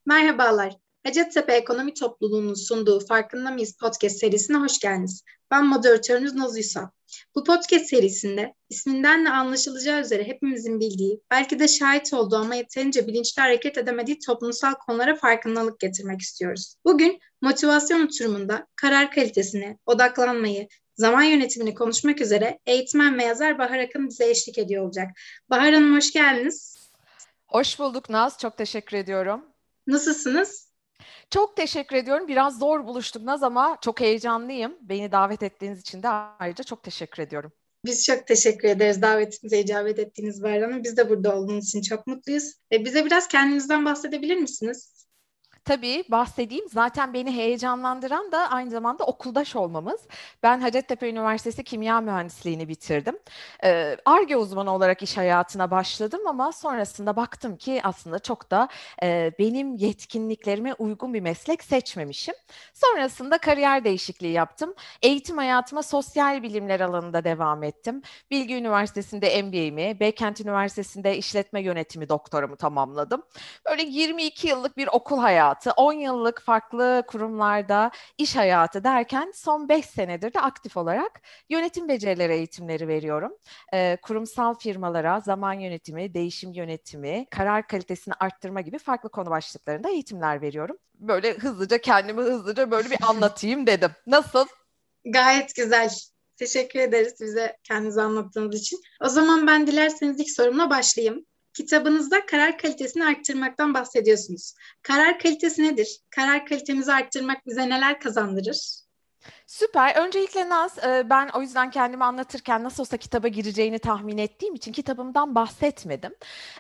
Merhabalar. Hacettepe Ekonomi Topluluğu'nun sunduğu Farkında Mıyız podcast serisine hoş geldiniz. Ben moderatörünüz Nazuysa. Bu podcast serisinde isminden de anlaşılacağı üzere hepimizin bildiği, belki de şahit olduğu ama yeterince bilinçli hareket edemediği toplumsal konulara farkındalık getirmek istiyoruz. Bugün motivasyon oturumunda karar kalitesini, odaklanmayı, zaman yönetimini konuşmak üzere eğitmen ve yazar Bahar Akın bize eşlik ediyor olacak. Bahar Hanım hoş geldiniz. Hoş bulduk Naz. Çok teşekkür ediyorum. Nasılsınız? Çok teşekkür ediyorum. Biraz zor buluştuk Naz ama çok heyecanlıyım. Beni davet ettiğiniz için de ayrıca çok teşekkür ediyorum. Biz çok teşekkür ederiz davetimize icabet ettiğiniz Bahar Hanım. Biz de burada olduğunuz için çok mutluyuz. Bize biraz kendinizden bahsedebilir misiniz? Tabii bahsedeyim. Zaten beni heyecanlandıran da aynı zamanda okuldaş olmamız. Ben Hacettepe Üniversitesi Kimya Mühendisliğini bitirdim. Ar-Ge uzmanı olarak iş hayatına başladım ama sonrasında baktım ki aslında çok da benim yetkinliklerime uygun bir meslek seçmemişim. Sonrasında kariyer değişikliği yaptım. Eğitim hayatıma sosyal bilimler alanında devam ettim. Bilgi Üniversitesi'nde MBA'mi, Beykent Üniversitesi'nde işletme yönetimi doktoramı tamamladım. Böyle 22 yıllık bir okul hayatı, 10 yıllık farklı kurumlarda iş hayatı derken son 5 senedir de aktif olarak yönetim becerileri eğitimleri veriyorum. Kurumsal firmalara zaman yönetimi, değişim yönetimi, karar kalitesini arttırma gibi farklı konu başlıklarında eğitimler veriyorum. Böyle hızlıca kendimi hızlıca böyle bir anlatayım dedim. Nasıl? Gayet güzel. Teşekkür ederiz bize kendinizi anlattığınız için. O zaman ben dilerseniz ilk sorumla başlayayım. Kitabınızda karar kalitesini arttırmaktan bahsediyorsunuz. Karar kalitesi nedir? Karar kalitemizi arttırmak bize neler kazandırır? Süper. Öncelikle Naz, ben o yüzden kendimi anlatırken nasıl olsa kitaba gireceğini tahmin ettiğim için kitabımdan bahsetmedim.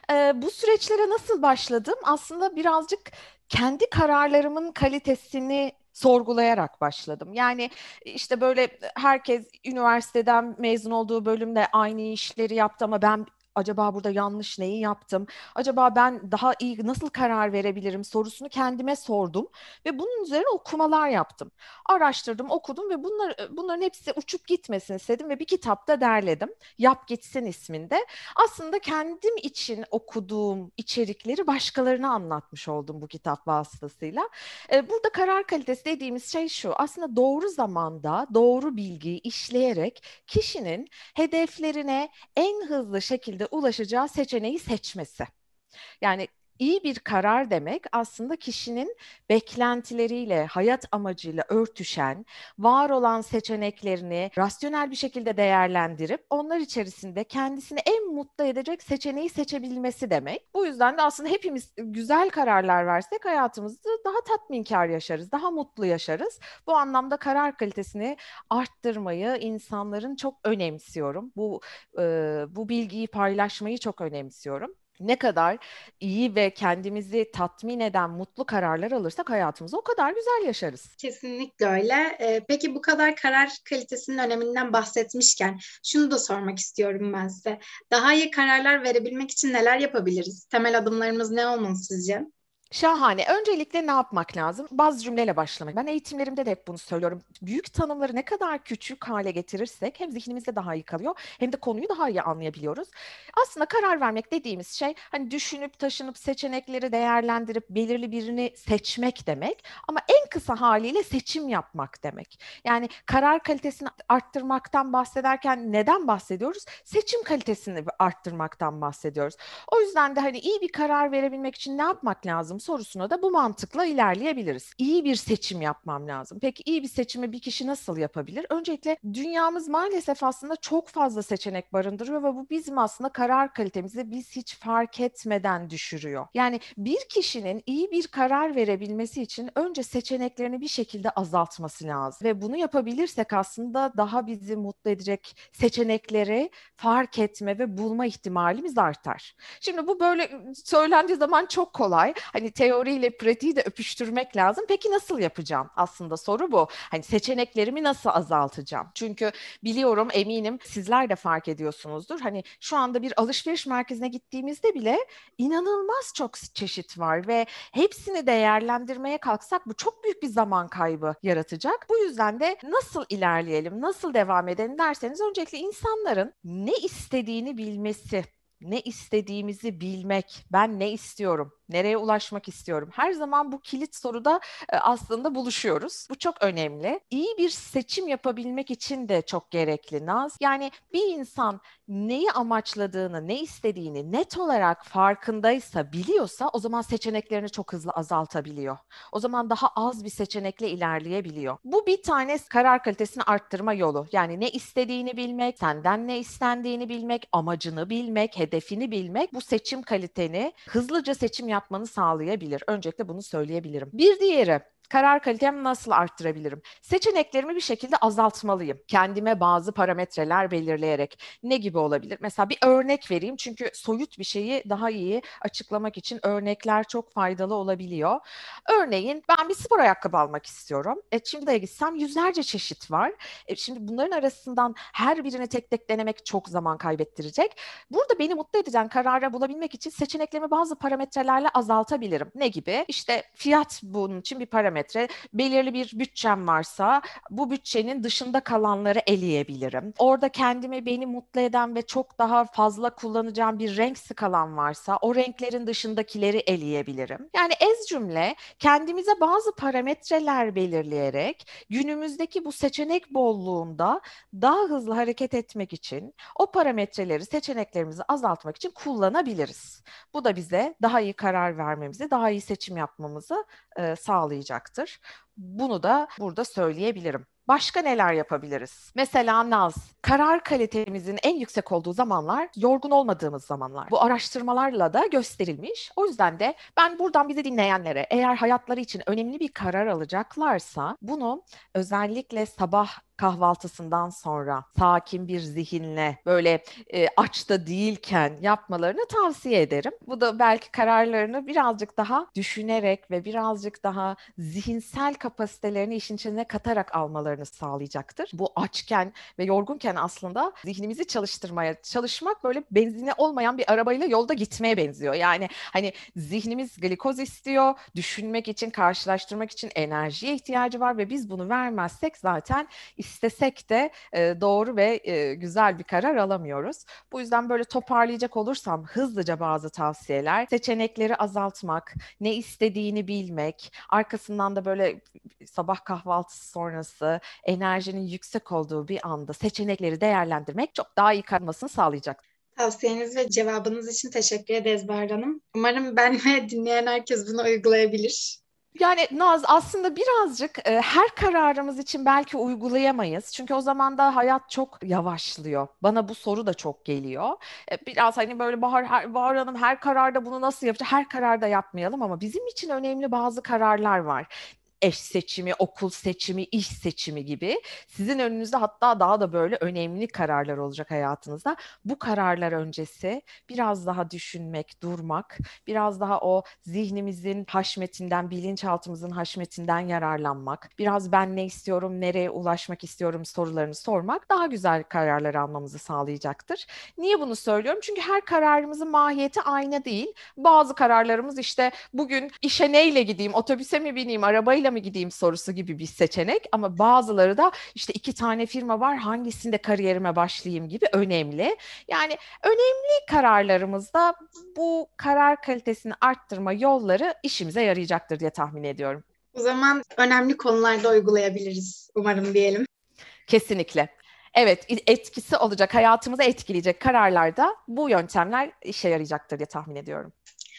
Bu süreçlere nasıl başladım? Aslında birazcık kendi kararlarımın kalitesini sorgulayarak başladım. Yani işte böyle herkes üniversiteden mezun olduğu bölümde aynı işleri yaptı ama ben acaba burada yanlış neyi yaptım? Acaba ben daha iyi nasıl karar verebilirim sorusunu kendime sordum ve bunun üzerine okumalar yaptım. Araştırdım, okudum ve bunların hepsi uçup gitmesin istedim ve bir kitapta derledim. Yap Gitsin isminde. Aslında kendim için okuduğum içerikleri başkalarına anlatmış oldum bu kitap vasıtasıyla. Burada karar kalitesi dediğimiz şey şu. Aslında doğru zamanda doğru bilgiyi işleyerek kişinin hedeflerine en hızlı şekilde ulaşacağı seçeneği seçmesi. Yani iyi bir karar demek aslında kişinin beklentileriyle, hayat amacıyla örtüşen, var olan seçeneklerini rasyonel bir şekilde değerlendirip onlar içerisinde kendisini en mutlu edecek seçeneği seçebilmesi demek. Bu yüzden de aslında hepimiz güzel kararlar versek hayatımızı daha tatminkar yaşarız, daha mutlu yaşarız. Bu anlamda karar kalitesini arttırmayı insanların çok önemsiyorum. Bu bilgiyi paylaşmayı çok önemsiyorum. Ne kadar iyi ve kendimizi tatmin eden mutlu kararlar alırsak hayatımızı o kadar güzel yaşarız. Kesinlikle öyle. Peki bu kadar karar kalitesinin öneminden bahsetmişken şunu da sormak istiyorum ben size. Daha iyi kararlar verebilmek için neler yapabiliriz? Temel adımlarımız ne olmalı sizce? Şahane. Öncelikle ne yapmak lazım? Bazı cümleyle başlamak. Ben eğitimlerimde de hep bunu söylüyorum. Büyük tanımları ne kadar küçük hale getirirsek hem zihnimizde daha iyi kalıyor hem de konuyu daha iyi anlayabiliyoruz. Aslında karar vermek dediğimiz şey hani düşünüp taşınıp seçenekleri değerlendirip belirli birini seçmek demek ama en kısa haliyle seçim yapmak demek. Yani karar kalitesini arttırmaktan bahsederken neden bahsediyoruz? Seçim kalitesini arttırmaktan bahsediyoruz. O yüzden de hani iyi bir karar verebilmek için ne yapmak lazım sorusuna da bu mantıkla ilerleyebiliriz. İyi bir seçim yapmam lazım. Peki iyi bir seçimi bir kişi nasıl yapabilir? Öncelikle dünyamız maalesef aslında çok fazla seçenek barındırıyor ve bu bizim aslında karar kalitemizi biz hiç fark etmeden düşürüyor. Yani bir kişinin iyi bir karar verebilmesi için önce seçeneklerini bir şekilde azaltması lazım ve bunu yapabilirsek aslında daha bizi mutlu edecek seçenekleri fark etme ve bulma ihtimalimiz artar. Şimdi bu böyle söylendiği zaman çok kolay. Hani teoriyle pratiği de öpüştürmek lazım. Peki nasıl yapacağım? Aslında soru bu. Hani seçeneklerimi nasıl azaltacağım? Çünkü biliyorum, eminim sizler de fark ediyorsunuzdur. Hani şu anda bir alışveriş merkezine gittiğimizde bile inanılmaz çok çeşit var ve hepsini değerlendirmeye kalksak bu çok büyük bir zaman kaybı yaratacak. Bu yüzden de nasıl ilerleyelim, nasıl devam edelim derseniz öncelikle insanların ne istediğini bilmesi, ne istediğimizi bilmek, ben ne istiyorum? Nereye ulaşmak istiyorum? Her zaman bu kilit soruda aslında buluşuyoruz. Bu çok önemli. İyi bir seçim yapabilmek için de çok gerekli Naz. Yani bir insan neyi amaçladığını, ne istediğini net olarak farkındaysa, biliyorsa o zaman seçeneklerini çok hızlı azaltabiliyor. O zaman daha az bir seçenekle ilerleyebiliyor. Bu bir tane karar kalitesini arttırma yolu. Yani ne istediğini bilmek, senden ne istendiğini bilmek, amacını bilmek, hedefini bilmek bu seçim kaliteni hızlıca seçim yapmanı sağlayabilir. Öncelikle bunu söyleyebilirim. Bir diğeri, karar kalitemi nasıl arttırabilirim? Seçeneklerimi bir şekilde azaltmalıyım. Kendime bazı parametreler belirleyerek. Ne gibi olabilir? Mesela bir örnek vereyim çünkü soyut bir şeyi daha iyi açıklamak için örnekler çok faydalı olabiliyor. Örneğin ben bir spor ayakkabı almak istiyorum. Çim'de gitsem yüzlerce çeşit var. Şimdi bunların arasından her birini tek tek denemek çok zaman kaybettirecek. Burada beni mutlu edecek kararı bulabilmek için seçeneklerimi bazı parametrelerle azaltabilirim. Ne gibi? İşte fiyat bunun için bir parametre. Belirli bir bütçem varsa bu bütçenin dışında kalanları eleyebilirim. Orada kendimi beni mutlu eden ve çok daha fazla kullanacağım bir renk skalam varsa o renklerin dışındakileri eleyebilirim. Yani ez cümle kendimize bazı parametreler belirleyerek günümüzdeki bu seçenek bolluğunda daha hızlı hareket etmek için o parametreleri, seçeneklerimizi azaltmak için kullanabiliriz. Bu da bize daha iyi karar vermemizi, daha iyi seçim yapmamızı sağlayacaktır. Bunu da burada söyleyebilirim. Başka neler yapabiliriz? Mesela Naz, karar kalitemizin en yüksek olduğu zamanlar yorgun olmadığımız zamanlar. Bu araştırmalarla da gösterilmiş. O yüzden de ben buradan bizi dinleyenlere eğer hayatları için önemli bir karar alacaklarsa bunu özellikle sabah kahvaltısından sonra sakin bir zihinle böyle aç da değilken yapmalarını tavsiye ederim. Bu da belki kararlarını birazcık daha düşünerek ve birazcık daha zihinsel kapasitelerini işin içine katarak almalarını sağlayacaktır. Bu açken ve yorgunken aslında zihnimizi çalışmak böyle benzini olmayan bir arabayla yolda gitmeye benziyor. Yani hani zihnimiz glikoz istiyor, düşünmek için, karşılaştırmak için enerjiye ihtiyacı var ve biz bunu vermezsek zaten istesek de doğru ve güzel bir karar alamıyoruz. Bu yüzden böyle toparlayacak olursam hızlıca bazı tavsiyeler, seçenekleri azaltmak, ne istediğini bilmek, arkasından da böyle sabah kahvaltısı sonrası enerjinin yüksek olduğu bir anda seçenekleri değerlendirmek çok daha iyi kalmasını sağlayacak. Tavsiyeniz ve cevabınız için teşekkür ederiz Bahar Hanım. Umarım ben ve dinleyen herkes bunu uygulayabilir. Yani Naz aslında birazcık her kararımız için belki uygulayamayız. Çünkü o zaman da hayat çok yavaşlıyor. Bana bu soru da çok geliyor. Biraz hani böyle Bahar Hanım her kararda bunu nasıl yapacak? Her kararda yapmayalım ama bizim için önemli bazı kararlar var. Eş seçimi, okul seçimi, iş seçimi gibi sizin önünüzde hatta daha da böyle önemli kararlar olacak hayatınızda. Bu kararlar öncesi biraz daha düşünmek, durmak, biraz daha o zihnimizin haşmetinden, bilinçaltımızın haşmetinden yararlanmak, biraz ben ne istiyorum, nereye ulaşmak istiyorum sorularını sormak daha güzel kararlar almamızı sağlayacaktır. Niye bunu söylüyorum? Çünkü her kararımızın mahiyeti aynı değil. Bazı kararlarımız işte bugün işe neyle gideyim, otobüse mi bineyim, arabayla mı gideyim sorusu gibi bir seçenek. Ama bazıları da işte iki tane firma var, hangisinde kariyerime başlayayım gibi önemli. Yani önemli kararlarımızda bu karar kalitesini arttırma yolları işimize yarayacaktır diye tahmin ediyorum. O zaman önemli konularda uygulayabiliriz umarım diyelim. Kesinlikle. Evet, etkisi olacak, hayatımızı etkileyecek kararlarda bu yöntemler işe yarayacaktır diye tahmin ediyorum.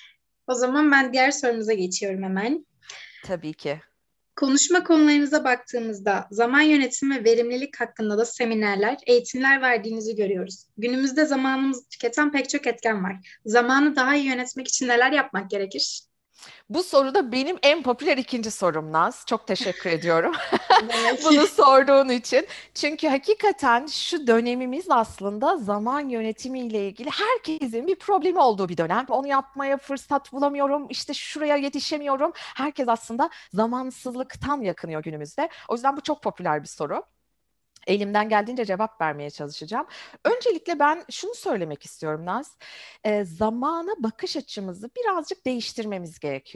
O zaman ben diğer sorumuza geçiyorum hemen. Tabii ki. Konuşma konularınıza baktığımızda zaman yönetimi ve verimlilik hakkında da seminerler, eğitimler verdiğinizi görüyoruz. Günümüzde zamanımızı tüketen pek çok etken var. Zamanı daha iyi yönetmek için neler yapmak gerekir? Bu soru da benim en popüler ikinci sorum Naz. Çok teşekkür ediyorum Demek ki. bunu sorduğun için. Çünkü hakikaten şu dönemimiz aslında zaman yönetimiyle ilgili herkesin bir problemi olduğu bir dönem. Onu yapmaya fırsat bulamıyorum, işte şuraya yetişemiyorum. Herkes aslında zamansızlıktan yakınıyor günümüzde. O yüzden bu çok popüler bir soru. Elimden geldiğince cevap vermeye çalışacağım. Öncelikle ben şunu söylemek istiyorum Naz. Zamana bakış açımızı birazcık değiştirmemiz gerekiyor.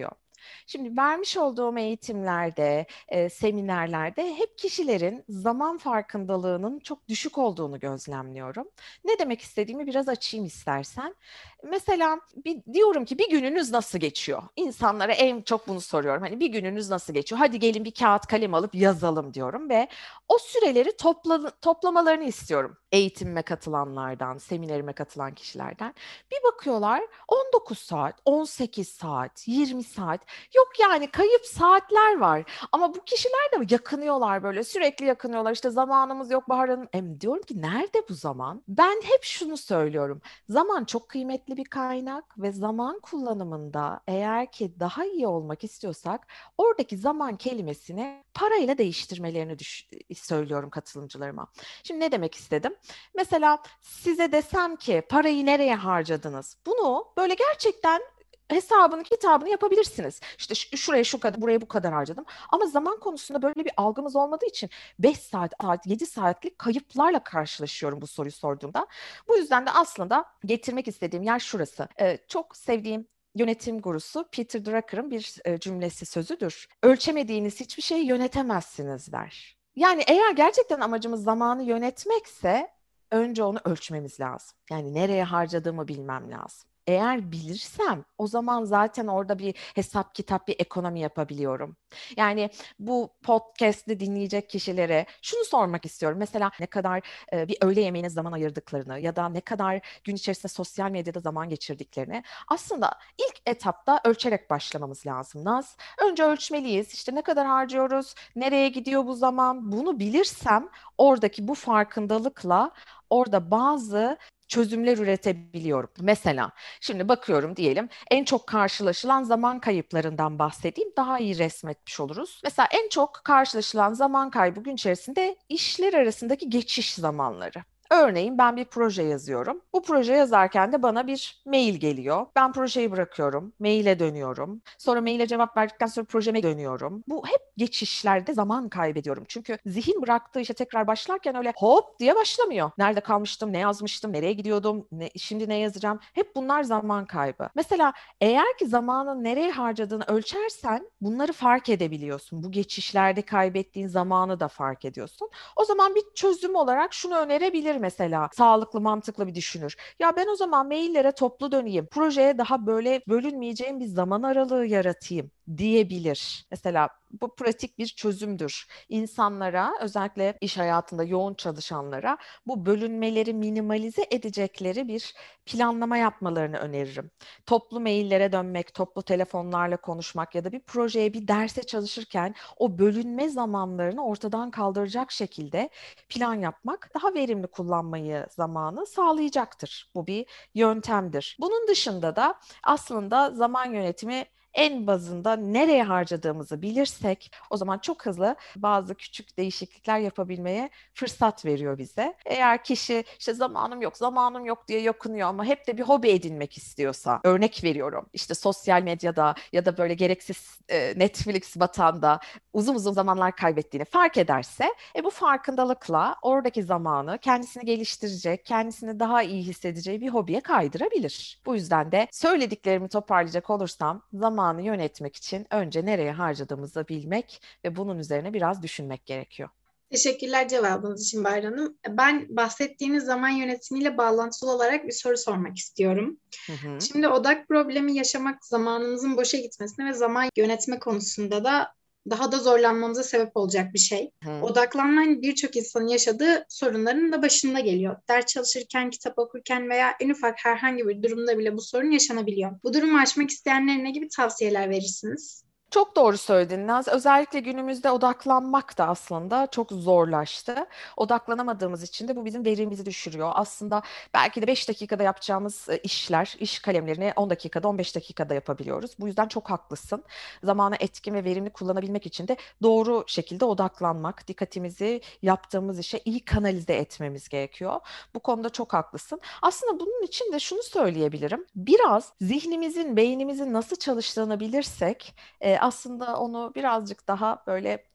Şimdi vermiş olduğum eğitimlerde, seminerlerde hep kişilerin zaman farkındalığının çok düşük olduğunu gözlemliyorum. Ne demek istediğimi biraz açayım istersen. Mesela diyorum ki bir gününüz nasıl geçiyor? İnsanlara en çok bunu soruyorum. Hani bir gününüz nasıl geçiyor? Hadi gelin bir kağıt kalem alıp yazalım diyorum ve o süreleri toplamalarını istiyorum. Eğitimime katılanlardan, seminerime katılan kişilerden. Bir bakıyorlar 19 saat, 18 saat, 20 saat. Yok yani kayıp saatler var. Ama bu kişiler de yakınıyorlar böyle sürekli yakınıyorlar. İşte zamanımız yok Bahar Hanım. Diyorum ki nerede bu zaman? Ben hep şunu söylüyorum. Zaman çok kıymetli bir kaynak ve zaman kullanımında eğer ki daha iyi olmak istiyorsak oradaki zaman kelimesini parayla değiştirmelerini söylüyorum katılımcılarıma. Şimdi ne demek istedim? Mesela size desem ki parayı nereye harcadınız? Bunu böyle gerçekten hesabını kitabını yapabilirsiniz. İşte şuraya şu kadar, buraya bu kadar harcadım. Ama zaman konusunda böyle bir algımız olmadığı için 5 saat, 7 saatlik kayıplarla karşılaşıyorum bu soruyu sorduğumda. Bu yüzden de aslında getirmek istediğim yer şurası. Çok sevdiğim yönetim gurusu Peter Drucker'ın bir cümlesi sözüdür. Ölçemediğiniz hiçbir şeyi yönetemezsiniz der. Yani eğer gerçekten amacımız zamanı yönetmekse önce onu ölçmemiz lazım. Yani nereye harcadığımı bilmem lazım. Eğer bilirsem o zaman zaten orada bir hesap kitap bir ekonomi yapabiliyorum. Yani bu podcast'i dinleyecek kişilere şunu sormak istiyorum. Mesela ne kadar bir öğle yemeğine zaman ayırdıklarını ya da ne kadar gün içerisinde sosyal medyada zaman geçirdiklerini aslında ilk etapta ölçerek başlamamız lazım Naz. Önce ölçmeliyiz. İşte ne kadar harcıyoruz, nereye gidiyor bu zaman bunu bilirsem oradaki bu farkındalıkla orada bazı çözümler üretebiliyorum. Mesela şimdi bakıyorum diyelim en çok karşılaşılan zaman kayıplarından bahsedeyim. Daha iyi resmetmiş oluruz. Mesela en çok karşılaşılan zaman kaybı gün içerisinde işler arasındaki geçiş zamanları. Örneğin ben bir proje yazıyorum. Bu proje yazarken de bana bir mail geliyor. Ben projeyi bırakıyorum, maile dönüyorum. Sonra maile cevap verdikten sonra projeme dönüyorum. Bu hep geçişlerde zaman kaybediyorum. Çünkü zihin bıraktığı işe tekrar başlarken öyle hop diye başlamıyor. Nerede kalmıştım, ne yazmıştım, nereye gidiyordum, şimdi ne yazacağım? Hep bunlar zaman kaybı. Mesela eğer ki zamanın nereye harcadığını ölçersen bunları fark edebiliyorsun. Bu geçişlerde kaybettiğin zamanı da fark ediyorsun. O zaman bir çözüm olarak şunu önerebilir mesela sağlıklı mantıklı bir düşünür. Ya ben o zaman maillere toplu döneyim. Projeye daha böyle bölünmeyeceğim bir zaman aralığı yaratayım diyebilir. Mesela bu pratik bir çözümdür. İnsanlara özellikle iş hayatında yoğun çalışanlara bu bölünmeleri minimalize edecekleri bir planlama yapmalarını öneririm. Toplu maillere dönmek, toplu telefonlarla konuşmak ya da bir projeye, bir derse çalışırken o bölünme zamanlarını ortadan kaldıracak şekilde plan yapmak daha verimli kullanmayı zamanı sağlayacaktır. Bu bir yöntemdir. Bunun dışında da aslında zaman yönetimi en bazında nereye harcadığımızı bilirsek o zaman çok hızlı bazı küçük değişiklikler yapabilmeye fırsat veriyor bize. Eğer kişi işte zamanım yok, zamanım yok diye yakınıyor ama hep de bir hobi edinmek istiyorsa, örnek veriyorum işte sosyal medyada ya da böyle gereksiz Netflix batağında uzun uzun zamanlar kaybettiğini fark ederse bu farkındalıkla oradaki zamanı kendisini geliştirecek, kendisini daha iyi hissedeceği bir hobiye kaydırabilir. Bu yüzden de söylediklerimi toparlayacak olursam zamanı yönetmek için önce nereye harcadığımızı bilmek ve bunun üzerine biraz düşünmek gerekiyor. Teşekkürler cevabınız için Bahar Hanım. Ben bahsettiğiniz zaman yönetimiyle bağlantılı olarak bir soru sormak istiyorum. Hı hı. Şimdi odak problemi yaşamak zamanımızın boşa gitmesine ve zaman yönetme konusunda da daha da zorlanmamıza sebep olacak bir şey. Hı. Odaklanma birçok insanın yaşadığı sorunların da başında geliyor. Ders çalışırken, kitap okurken veya en ufak herhangi bir durumda bile bu sorun yaşanabiliyor. Bu durumu aşmak isteyenlere ne gibi tavsiyeler verirsiniz? Çok doğru söyledin Naz. Özellikle günümüzde odaklanmak da aslında çok zorlaştı. Odaklanamadığımız için de bu bizim verimimizi düşürüyor. Aslında belki de 5 dakikada yapacağımız işler, iş kalemlerini 10 dakikada, 15 dakikada yapabiliyoruz. Bu yüzden çok haklısın. Zamanı etkin ve verimli kullanabilmek için de doğru şekilde odaklanmak, dikkatimizi yaptığımız işe iyi kanalize etmemiz gerekiyor. Bu konuda çok haklısın. Aslında bunun için de şunu söyleyebilirim. Biraz zihnimizin, beynimizin nasıl çalıştığını bilirsek aslında onu birazcık daha böyle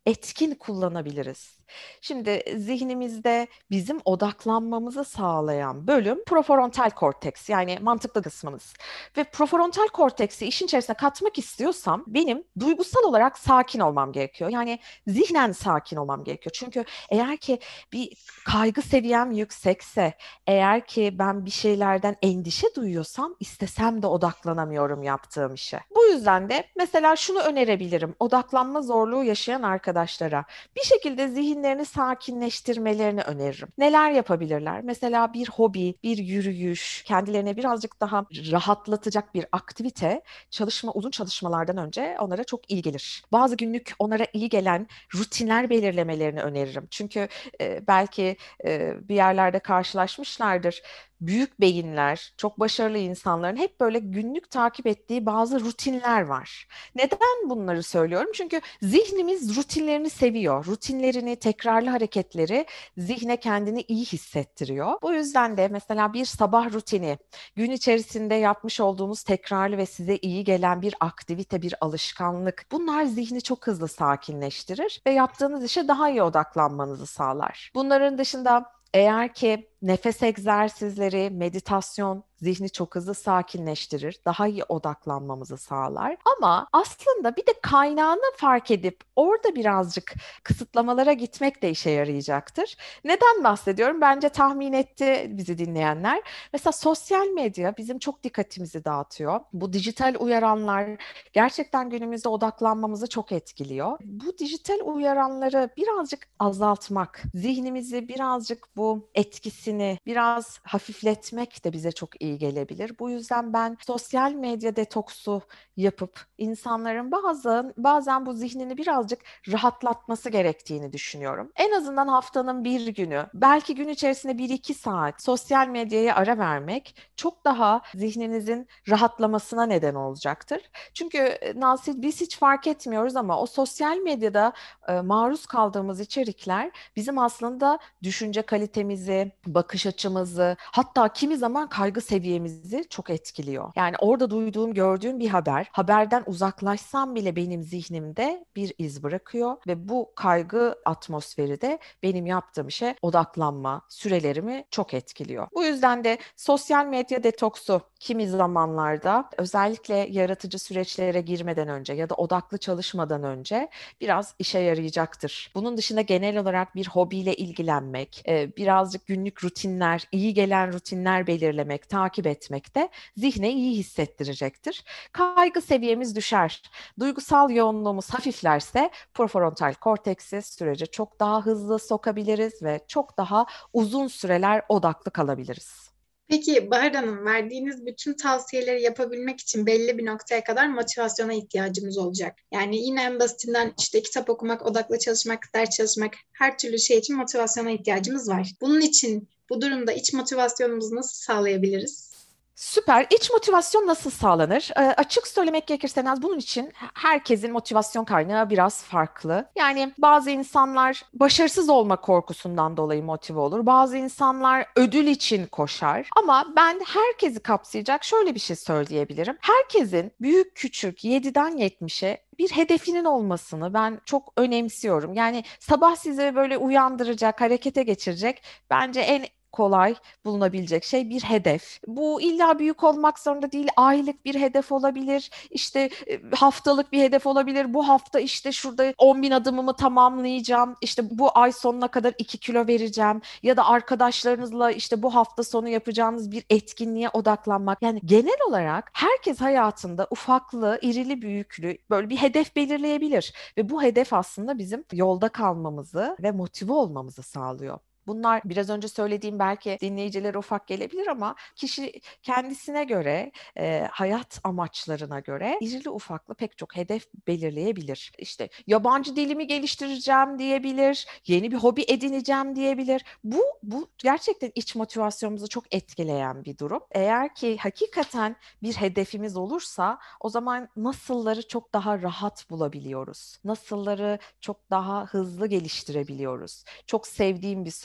etkin kullanabiliriz? Şimdi zihnimizde bizim odaklanmamızı sağlayan bölüm prefrontal korteks, yani mantıklı kısmımız. Ve prefrontal korteksi işin içerisine katmak istiyorsam benim duygusal olarak sakin olmam gerekiyor. Yani zihnen sakin olmam gerekiyor. Çünkü eğer ki bir kaygı seviyem yüksekse, eğer ki ben bir şeylerden endişe duyuyorsam istesem de odaklanamıyorum yaptığım işe. Bu yüzden de mesela şunu önerebilirim odaklanma zorluğu yaşayan arkadaşlara. Bir şekilde zihinlerini sakinleştirmelerini öneririm. Neler yapabilirler? Mesela bir hobi, bir yürüyüş, kendilerine birazcık daha rahatlatacak bir aktivite uzun çalışmalardan önce onlara çok iyi gelir. Bazı günlük onlara iyi gelen rutinler belirlemelerini öneririm. Çünkü belki bir yerlerde karşılaşmışlardır. Büyük beyinler, çok başarılı insanların hep böyle günlük takip ettiği bazı rutinler var. Neden bunları söylüyorum? Çünkü zihnimiz rutinlerini seviyor. Rutinlerini, tekrarlı hareketleri zihne kendini iyi hissettiriyor. Bu yüzden de mesela bir sabah rutini, gün içerisinde yapmış olduğunuz tekrarlı ve size iyi gelen bir aktivite, bir alışkanlık, bunlar zihni çok hızlı sakinleştirir ve yaptığınız işe daha iyi odaklanmanızı sağlar. Bunların dışında eğer ki nefes egzersizleri, meditasyon zihni çok hızlı sakinleştirir, daha iyi odaklanmamızı sağlar. Ama aslında bir de kaynağını fark edip orada birazcık kısıtlamalara gitmek de işe yarayacaktır. Neden bahsediyorum? Bence tahmin etti bizi dinleyenler. Mesela sosyal medya bizim çok dikkatimizi dağıtıyor. Bu dijital uyaranlar gerçekten günümüzde odaklanmamızı çok etkiliyor. Bu dijital uyaranları birazcık azaltmak, zihnimizi birazcık bu etkisini biraz hafifletmek de bize çok iyi gelebilir. Bu yüzden ben sosyal medya detoksu yapıp insanların bazen bu zihnini birazcık rahatlatması gerektiğini düşünüyorum. En azından haftanın bir günü, belki gün içerisinde 1-2 saat sosyal medyaya ara vermek çok daha zihninizin rahatlamasına neden olacaktır. Çünkü Nasil biz hiç fark etmiyoruz ama o sosyal medyada maruz kaldığımız içerikler bizim aslında düşünce kalitemizi, bakış açımızı, hatta kimi zaman kaygı seviyemizi çok etkiliyor. Yani orada duyduğum, gördüğüm bir haberden uzaklaşsam bile benim zihnimde bir iz bırakıyor ve bu kaygı atmosferi de benim yaptığım işe odaklanma sürelerimi çok etkiliyor. Bu yüzden de sosyal medya detoksu kimi zamanlarda özellikle yaratıcı süreçlere girmeden önce ya da odaklı çalışmadan önce biraz işe yarayacaktır. Bunun dışında genel olarak bir hobiyle ilgilenmek, birazcık günlük rutinler, iyi gelen rutinler belirlemek, takip etmek de zihne iyi hissettirecektir. Kaygı seviyemiz düşer. Duygusal yoğunluğumuz hafiflerse prefrontal korteksi sürece çok daha hızlı sokabiliriz ve çok daha uzun süreler odaklı kalabiliriz. Peki Bahar Hanım, verdiğiniz bütün tavsiyeleri yapabilmek için belli bir noktaya kadar motivasyona ihtiyacımız olacak. Yani yine en basitinden işte kitap okumak, odaklı çalışmak, ders çalışmak, her türlü şey için motivasyona ihtiyacımız var. Bunun için bu durumda iç motivasyonumuzu nasıl sağlayabiliriz? Süper. İç motivasyon nasıl sağlanır? Açık söylemek gerekirse Naz, bunun için herkesin motivasyon kaynağı biraz farklı. Yani bazı insanlar başarısız olma korkusundan dolayı motive olur. Bazı insanlar ödül için koşar. Ama ben herkesi kapsayacak şöyle bir şey söyleyebilirim. Herkesin büyük küçük 7'den 70'e bir hedefinin olmasını ben çok önemsiyorum. Yani sabah sizi böyle uyandıracak, harekete geçirecek bence en kolay bulunabilecek şey bir hedef. Bu illa büyük olmak zorunda değil, aylık bir hedef olabilir, işte haftalık bir hedef olabilir. Bu hafta işte şurada 10 bin adımımı tamamlayacağım, işte bu ay sonuna kadar 2 kilo vereceğim ya da arkadaşlarınızla işte bu hafta sonu yapacağınız bir etkinliğe odaklanmak. Yani genel olarak herkes hayatında ufaklı, irili büyüklü böyle bir hedef belirleyebilir ve bu hedef aslında bizim yolda kalmamızı ve motive olmamızı sağlıyor. Bunlar biraz önce söylediğim belki dinleyicilere ufak gelebilir ama kişi kendisine göre, hayat amaçlarına göre irili ufaklı pek çok hedef belirleyebilir. İşte yabancı dilimi geliştireceğim diyebilir, yeni bir hobi edineceğim diyebilir. Bu gerçekten iç motivasyonumuzu çok etkileyen bir durum. Eğer ki hakikaten bir hedefimiz olursa o zaman nasılları çok daha rahat bulabiliyoruz. Nasılları çok daha hızlı geliştirebiliyoruz. Çok sevdiğim bir söz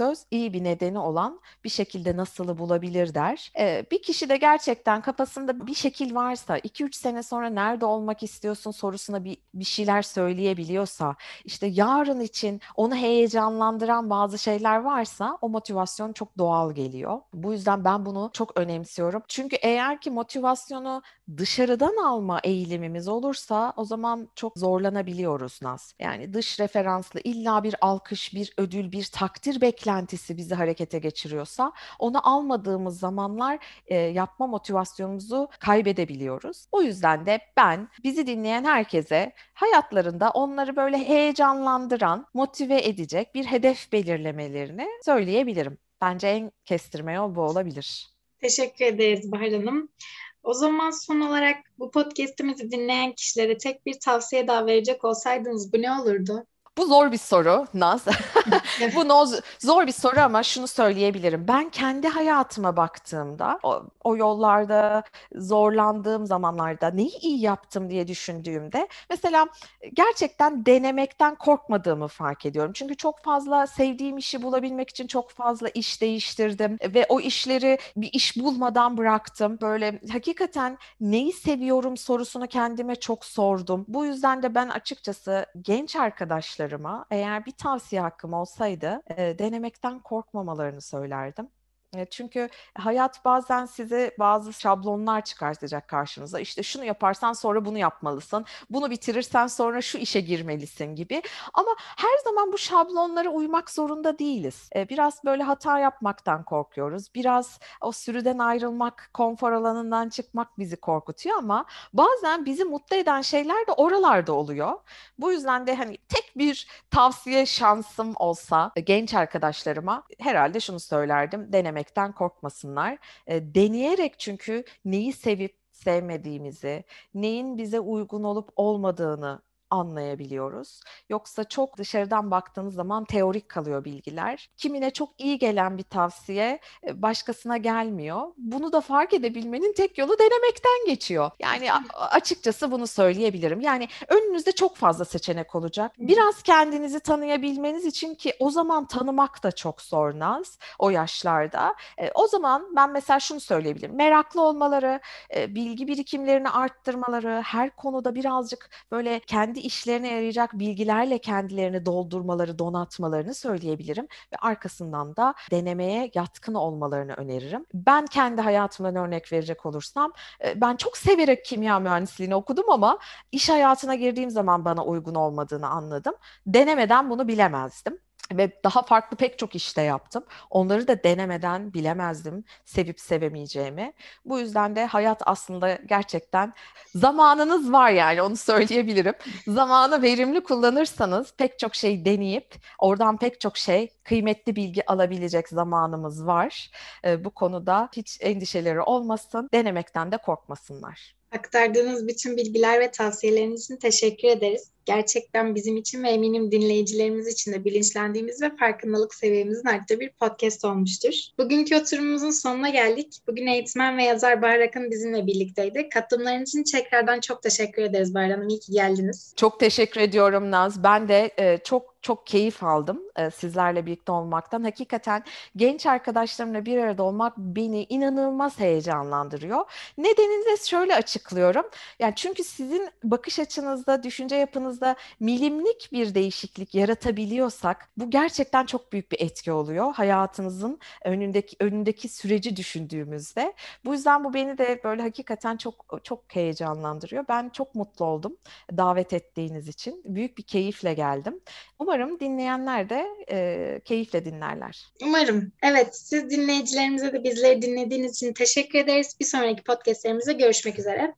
söz iyi bir nedeni olan bir şekilde nasılı bulabilir der. Bir kişi de gerçekten kafasında bir şekil varsa, 2-3 sene sonra nerede olmak istiyorsun sorusuna bir şeyler söyleyebiliyorsa, işte yarın için onu heyecanlandıran bazı şeyler varsa o motivasyon çok doğal geliyor. Bu yüzden ben bunu çok önemsiyorum. Çünkü eğer ki motivasyonu dışarıdan alma eğilimimiz olursa o zaman çok zorlanabiliyoruz Naz. Yani dış referanslı illa bir alkış, bir ödül, bir takdir beklentisi bizi harekete geçiriyorsa onu almadığımız zamanlar yapma motivasyonumuzu kaybedebiliyoruz. O yüzden de ben bizi dinleyen herkese hayatlarında onları böyle heyecanlandıran, motive edecek bir hedef belirlemelerini söyleyebilirim. Bence en kestirme yol bu olabilir. Teşekkür ederiz Bahar Hanım. O zaman son olarak bu podcast'imizi dinleyen kişilere tek bir tavsiye daha verecek olsaydınız bu ne olurdu? Bu zor bir soru Naz. Zor bir soru ama şunu söyleyebilirim. Ben kendi hayatıma baktığımda, o yollarda zorlandığım zamanlarda neyi iyi yaptım diye düşündüğümde, mesela gerçekten denemekten korkmadığımı fark ediyorum. Çünkü çok fazla sevdiğim işi bulabilmek için çok fazla iş değiştirdim ve o işleri bir iş bulmadan bıraktım. Böyle hakikaten neyi seviyorum sorusunu kendime çok sordum. Bu yüzden de ben açıkçası genç arkadaşlarıma eğer bir tavsiye hakkım olsaydı denemekten korkmamalarını söylerdim. Çünkü hayat bazen size bazı şablonlar çıkartacak karşınıza. İşte şunu yaparsan sonra bunu yapmalısın. Bunu bitirirsen sonra şu işe girmelisin gibi. Ama her zaman bu şablonlara uymak zorunda değiliz. Biraz böyle hata yapmaktan korkuyoruz. Biraz o sürüden ayrılmak, konfor alanından çıkmak bizi korkutuyor ama bazen bizi mutlu eden şeyler de oralarda oluyor. Bu yüzden de hani tek bir tavsiye şansım olsa genç arkadaşlarıma herhalde şunu söylerdim. Denemekten korkmasınlar. Deneyerek çünkü neyi sevip sevmediğimizi, neyin bize uygun olup olmadığını anlayabiliyoruz. Yoksa çok dışarıdan baktığınız zaman teorik kalıyor bilgiler. Kimine çok iyi gelen bir tavsiye başkasına gelmiyor. Bunu da fark edebilmenin tek yolu denemekten geçiyor. Yani açıkçası bunu söyleyebilirim. Yani önünüzde çok fazla seçenek olacak. Biraz kendinizi tanıyabilmeniz için ki o zaman tanımak da çok zor Naz o yaşlarda. O zaman ben mesela şunu söyleyebilirim. Meraklı olmaları, bilgi birikimlerini arttırmaları, her konuda birazcık böyle kendi işlerine yarayacak bilgilerle kendilerini doldurmaları, donatmalarını söyleyebilirim ve arkasından da denemeye yatkın olmalarını öneririm. Ben kendi hayatımdan örnek verecek olursam, ben çok severek kimya mühendisliğini okudum ama iş hayatına girdiğim zaman bana uygun olmadığını anladım. Denemeden bunu bilemezdim. Ve daha farklı pek çok işte yaptım. Onları da denemeden bilemezdim sevip sevemeyeceğimi. Bu yüzden de hayat aslında gerçekten zamanınız var yani onu söyleyebilirim. Zamanı verimli kullanırsanız pek çok şey deneyip oradan pek çok şey kıymetli bilgi alabilecek zamanımız var. Bu konuda hiç endişeleri olmasın, denemekten de korkmasınlar. Aktardığınız bütün bilgiler ve tavsiyeleriniz için teşekkür ederiz. Gerçekten bizim için ve eminim dinleyicilerimiz için de bilinçlendiğimiz ve farkındalık seviyemizin arttığı bir podcast olmuştur. Bugünkü oturumumuzun sonuna geldik. Bugün eğitmen ve yazar Bahar Akın bizimle birlikteydi. Katılımlarınız için tekrardan çok teşekkür ederiz Bahar Hanım. İyi ki geldiniz. Çok teşekkür ediyorum Naz. Ben de çok keyif aldım sizlerle birlikte olmaktan. Hakikaten genç arkadaşlarımla bir arada olmak beni inanılmaz heyecanlandırıyor. Nedenini de şöyle açıklıyorum. Yani çünkü sizin bakış açınızda, düşünce yapınızda milimlik bir değişiklik yaratabiliyorsak bu gerçekten çok büyük bir etki oluyor hayatınızın önündeki süreci düşündüğümüzde. Bu yüzden bu beni de böyle hakikaten çok heyecanlandırıyor. Ben çok mutlu oldum davet ettiğiniz için. Büyük bir keyifle geldim. Umarım dinleyenler de keyifle dinlerler. Umarım. Evet, siz dinleyicilerimize de bizleri dinlediğiniz için teşekkür ederiz. Bir sonraki podcastlerimizde görüşmek üzere.